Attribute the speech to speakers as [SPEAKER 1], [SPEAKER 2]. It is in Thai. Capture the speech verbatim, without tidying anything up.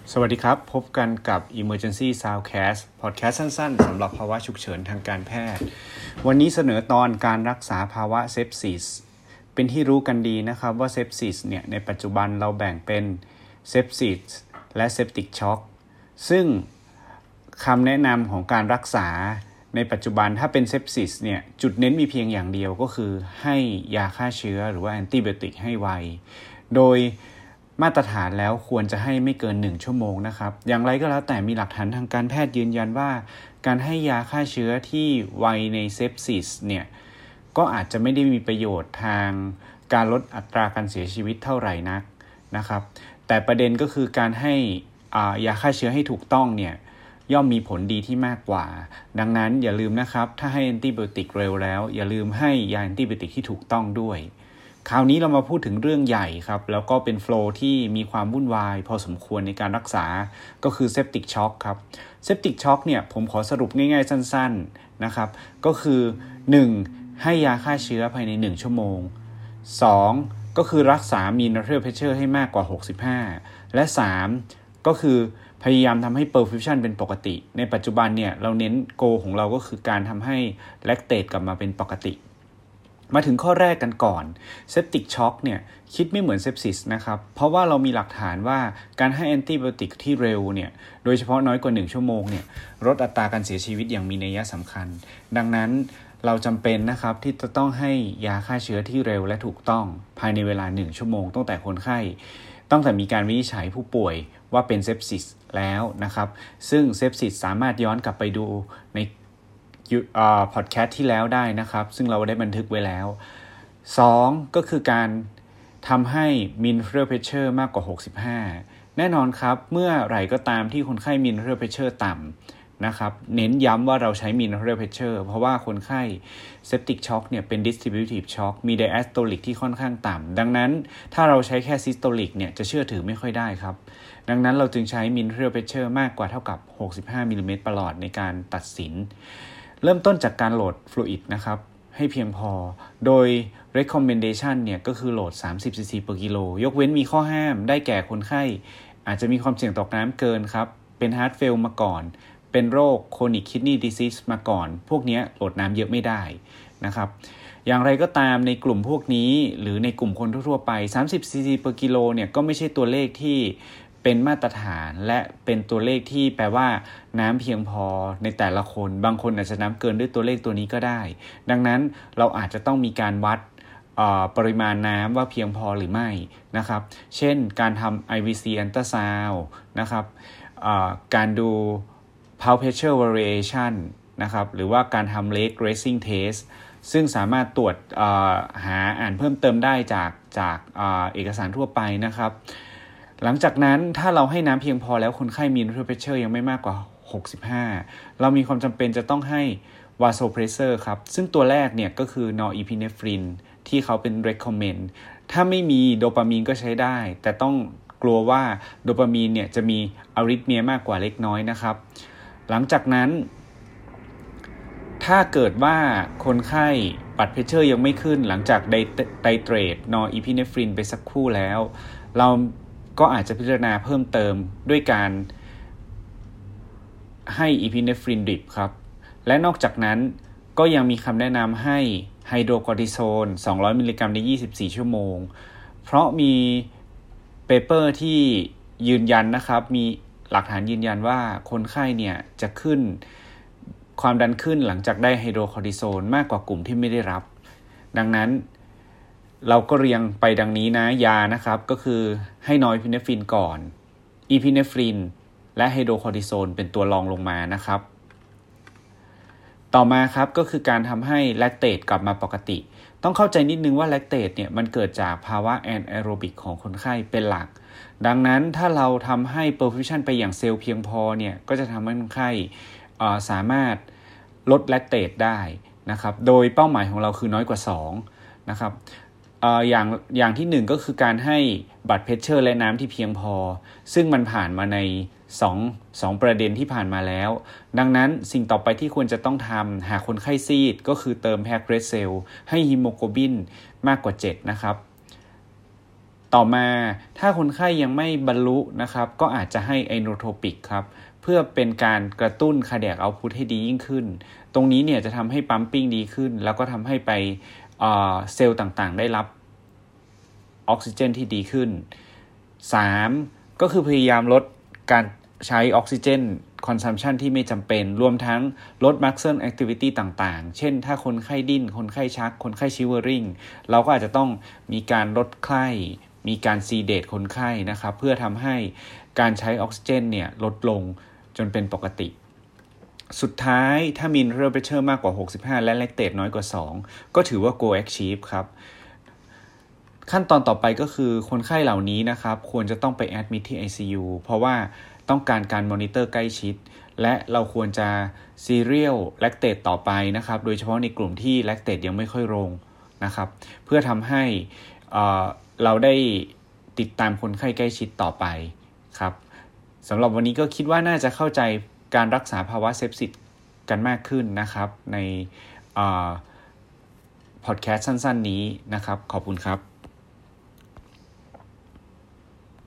[SPEAKER 1] สวัสดีครับพบกันกับ Emergency Soundcast Podcast สั้นๆสำหรับภาวะฉุกเฉินทางการแพทย์วันนี้เสนอตอนการรักษาภาวะเซปซิสเป็นที่รู้กันดีนะครับว่าเซปซิสเนี่ยในปัจจุบันเราแบ่งเป็นเซปซิสและเซปติกช็อกซึ่งคำแนะนำของการรักษาในปัจจุบันถ้าเป็นเซปซิสเนี่ยจุดเน้นมีเพียงอย่างเดียวก็คือให้ยาฆ่าเชื้อหรือว่าแอนติไบโอติกให้ไวโดยมาตรฐานแล้วควรจะให้ไม่เกินหนึ่งชั่วโมงนะครับอย่างไรก็แล้วแต่มีหลักฐานทางการแพทย์ยืนยันว่าการให้ยาฆ่าเชื้อที่ไวในเซปซิสเนี่ยก็อาจจะไม่ได้มีประโยชน์ทางการลดอัตราการเสียชีวิตเท่าไหร่นักนะครับแต่ประเด็นก็คือการให้ยาฆ่าเชื้อให้ถูกต้องเนี่ยย่อมมีผลดีที่มากกว่าดังนั้นอย่าลืมนะครับถ้าให้แอนติไบโอติกเร็วแล้วอย่าลืมให้ยาแอนติไบโอติกที่ถูกต้องด้วยคราวนี้เรามาพูดถึงเรื่องใหญ่ครับแล้วก็เป็นโฟลว์ที่มีความวุ่นวายพอสมควรในการรักษาก็คือเซปติกช็อคครับเซปติกช็อคเนี่ยผมขอสรุปง่ายๆสั้นๆนะครับก็คือหนึ่งให้ยาฆ่าเชื้อภายในหนึ่งชั่วโมงสองก็คือรักษามีนอร์เทอร์เพชเชอร์ให้มากกว่าหกสิบห้าและสามก็คือพยายามทำให้เปอร์ฟิวชั่นเป็นปกติในปัจจุบันเนี่ยเราเน้นโกของเราก็คือการทำให้แลคเตตกลับมาเป็นปกติมาถึงข้อแรกกันก่อนเซปติกช็อคเนี่ยคิดไม่เหมือนเซปซิสนะครับเพราะว่าเรามีหลักฐานว่าการให้แอนติไบโอติกที่เร็วเนี่ยโดยเฉพาะน้อยกว่าหนึ่งชั่วโมงเนี่ยลดอัตราการเสียชีวิตอย่างมีนัยสำคัญดังนั้นเราจำเป็นนะครับที่จะต้องให้ยาฆ่าเชื้อที่เร็วและถูกต้องภายในเวลาหนึ่งชั่วโมงตั้งแต่คนไข้ตั้งแต่มีการวินิจฉัยผู้ป่วยว่าเป็นเซปซิสแล้วนะครับซึ่งเซปซิสสามารถย้อนกลับไปดูในอ่าพอดแคสต์ที่แล้วได้นะครับซึ่งเราได้บันทึกไว้แล้วสองก็คือการทำให้ Mean Pressure มากกว่าหกสิบห้าแน่นอนครับเมื่อไหร่ก็ตามที่คนไข้ Mean Pressure ต่ำนะครับเน้นย้ำว่าเราใช้ Mean Pressure เพราะว่าคนไข้ Septic Shock เนี่ยเป็น Distributive Shock มี Diastolic ที่ค่อนข้างต่ำดังนั้นถ้าเราใช้แค่ Systolic เนี่ยจะเชื่อถือไม่ค่อยได้ครับดังนั้นเราจึงใช้ Mean Pressure มากกว่าเท่ากับหกสิบห้ามิลลิเมตรประหลอดในการตัดสินเริ่มต้นจากการโหลดฟลูอิดนะครับให้เพียงพอโดย recommendation เนี่ยก็คือโหลดสามสิบซีซี per กิโลยกเว้นมีข้อห้ามได้แก่คนไข้อาจจะมีความเสี่ยงต่อน้ำเกินครับเป็น heart fail มาก่อนเป็นโรค chronic kidney disease มาก่อนพวกนี้โหลดน้ำเยอะไม่ได้นะครับอย่างไรก็ตามในกลุ่มพวกนี้หรือในกลุ่มคนทั่วไปสามสิบซีซี per กิโลเนี่ยก็ไม่ใช่ตัวเลขที่เป็นมาตรฐานและเป็นตัวเลขที่แปลว่าน้ำเพียงพอในแต่ละคนบางคนอาจจะน้ำเกินด้วยตัวเลขตัวนี้ก็ได้ดังนั้นเราอาจจะต้องมีการวัดปริมาณน้ำว่าเพียงพอหรือไม่นะครับเช่นการทำ ไอ วี ซี ultrasound นะครับการดู pulse pressure variation นะครับหรือว่าการทำ leg raising test ซึ่งสามารถตรวจหาอ่านเพิ่มเติมได้จากจากเอกสารทั่วไปนะครับหลังจากนั้นถ้าเราให้น้ำเพียงพอแล้วคนไข้มี Mean Pressure ยังไม่มากกว่าหกสิบห้าเรามีความจำเป็นจะต้องให้ Vasopressor ครับซึ่งตัวแรกเนี่ยก็คือ Norepinephrine ที่เขาเป็น recommend ถ้าไม่มีโดปามีนก็ใช้ได้แต่ต้องกลัวว่าโดปามีนเนี่ยจะมีอะริทเมียมากกว่าเล็กน้อยนะครับหลังจากนั้นถ้าเกิดว่าคนไข้บัดเพชเชอร์ยังไม่ขึ้นหลังจากไดเตรต Norepinephrine ไปสักครู่แล้วเราก็อาจจะพิจารณาเพิ่มเติมด้วยการให้อีพิเนฟรินดิบครับและนอกจากนั้นก็ยังมีคำแนะนำให้ไฮโดรคอร์ติโซนสองร้อยมิลลิกรัมในยี่สิบสี่ชั่วโมงเพราะมีเปเปอร์ที่ยืนยันนะครับมีหลักฐานยืนยันว่าคนไข้เนี่ยจะขึ้นความดันขึ้นหลังจากได้ไฮโดรคอร์ติโซนมากกว่ากลุ่มที่ไม่ได้รับดังนั้นเราก็เรียงไปดังนี้นะยานะครับก็คือให้นอร์เอพิเนฟรินก่อนอีพิเนฟรินและไฮโดรคอร์ติโซนเป็นตัวรองลงมานะครับต่อมาครับก็คือการทำให้แลคเตตกลับมาปกติต้องเข้าใจนิดนึงว่าแลคเตตเนี่ยมันเกิดจากภาวะแอนแอโรบิกของคนไข้เป็นหลักดังนั้นถ้าเราทำให้เปอร์ฟิวชั่นไปอย่างเซลล์เพียงพอเนี่ยก็จะทำให้คนไข้สามารถลดแลคเตตได้นะครับโดยเป้าหมายของเราคือน้อยกว่าสองนะครับอย่างอย่างที่หนึ่งก็คือการให้บัดเพชเชอร์และน้ำที่เพียงพอซึ่งมันผ่านมาในสอง สองประเด็นที่ผ่านมาแล้วดังนั้นสิ่งต่อไปที่ควรจะต้องทำหากคนไข้ซีดก็คือเติมแพคเรสเซลให้ฮีโมโกลบินมากกว่าเจ็ดนะครับต่อมาถ้าคนไข้ยังไม่บรรลุนะครับก็อาจจะให้ไอโนโทปิกครับเพื่อเป็นการกระตุ้นคาร์เดียกเอาท์พุตให้ดียิ่งขึ้นตรงนี้เนี่ยจะทำให้ปั๊มปิ้งดีขึ้นแล้วก็ทำให้ไปเอ่อเซลล์ต่างๆได้รับออกซิเจนที่ดีขึ้นสามก็คือพยายามลดการใช้ออกซิเจนคอนซัมชันที่ไม่จำเป็นรวมทั้งลด muscle activity ต่างๆเช่นถ้าคนไข้ดิ้นคนไข้ชักคนไข้ชิเวอริงเราก็อาจจะต้องมีการลดไข้มีการซีเดตคนไข้นะครับเพื่อทำให้การใช้ออกซิเจนเนี่ยลดลงจนเป็นปกติสุดท้ายถ้ามี intravenous pressure มากกว่าหกสิบห้าและ lactate น้อยกว่าสองก็ถือว่า goal achieve ครับขั้นตอนต่อไปก็คือคนไข้เหล่านี้นะครับควรจะต้องไปแอดมิทที่ ไอ ซี ยู เพราะว่าต้องการการมอนิเตอร์ใกล้ชิดและเราควรจะ serial lactate ต่อไปนะครับโดยเฉพาะในกลุ่มที่ lactate ยังไม่ค่อยลงนะครับเพื่อทำให้เอ่อเราได้ติดตามคนไข้ใกล้ชิดต่อไปครับสำหรับวันนี้ก็คิดว่าน่าจะเข้าใจการรักษาภาวะเซปซิสกันมากขึ้นนะครับในพอดแคสต์สั้นๆนี้นะครับขอบคุณครับ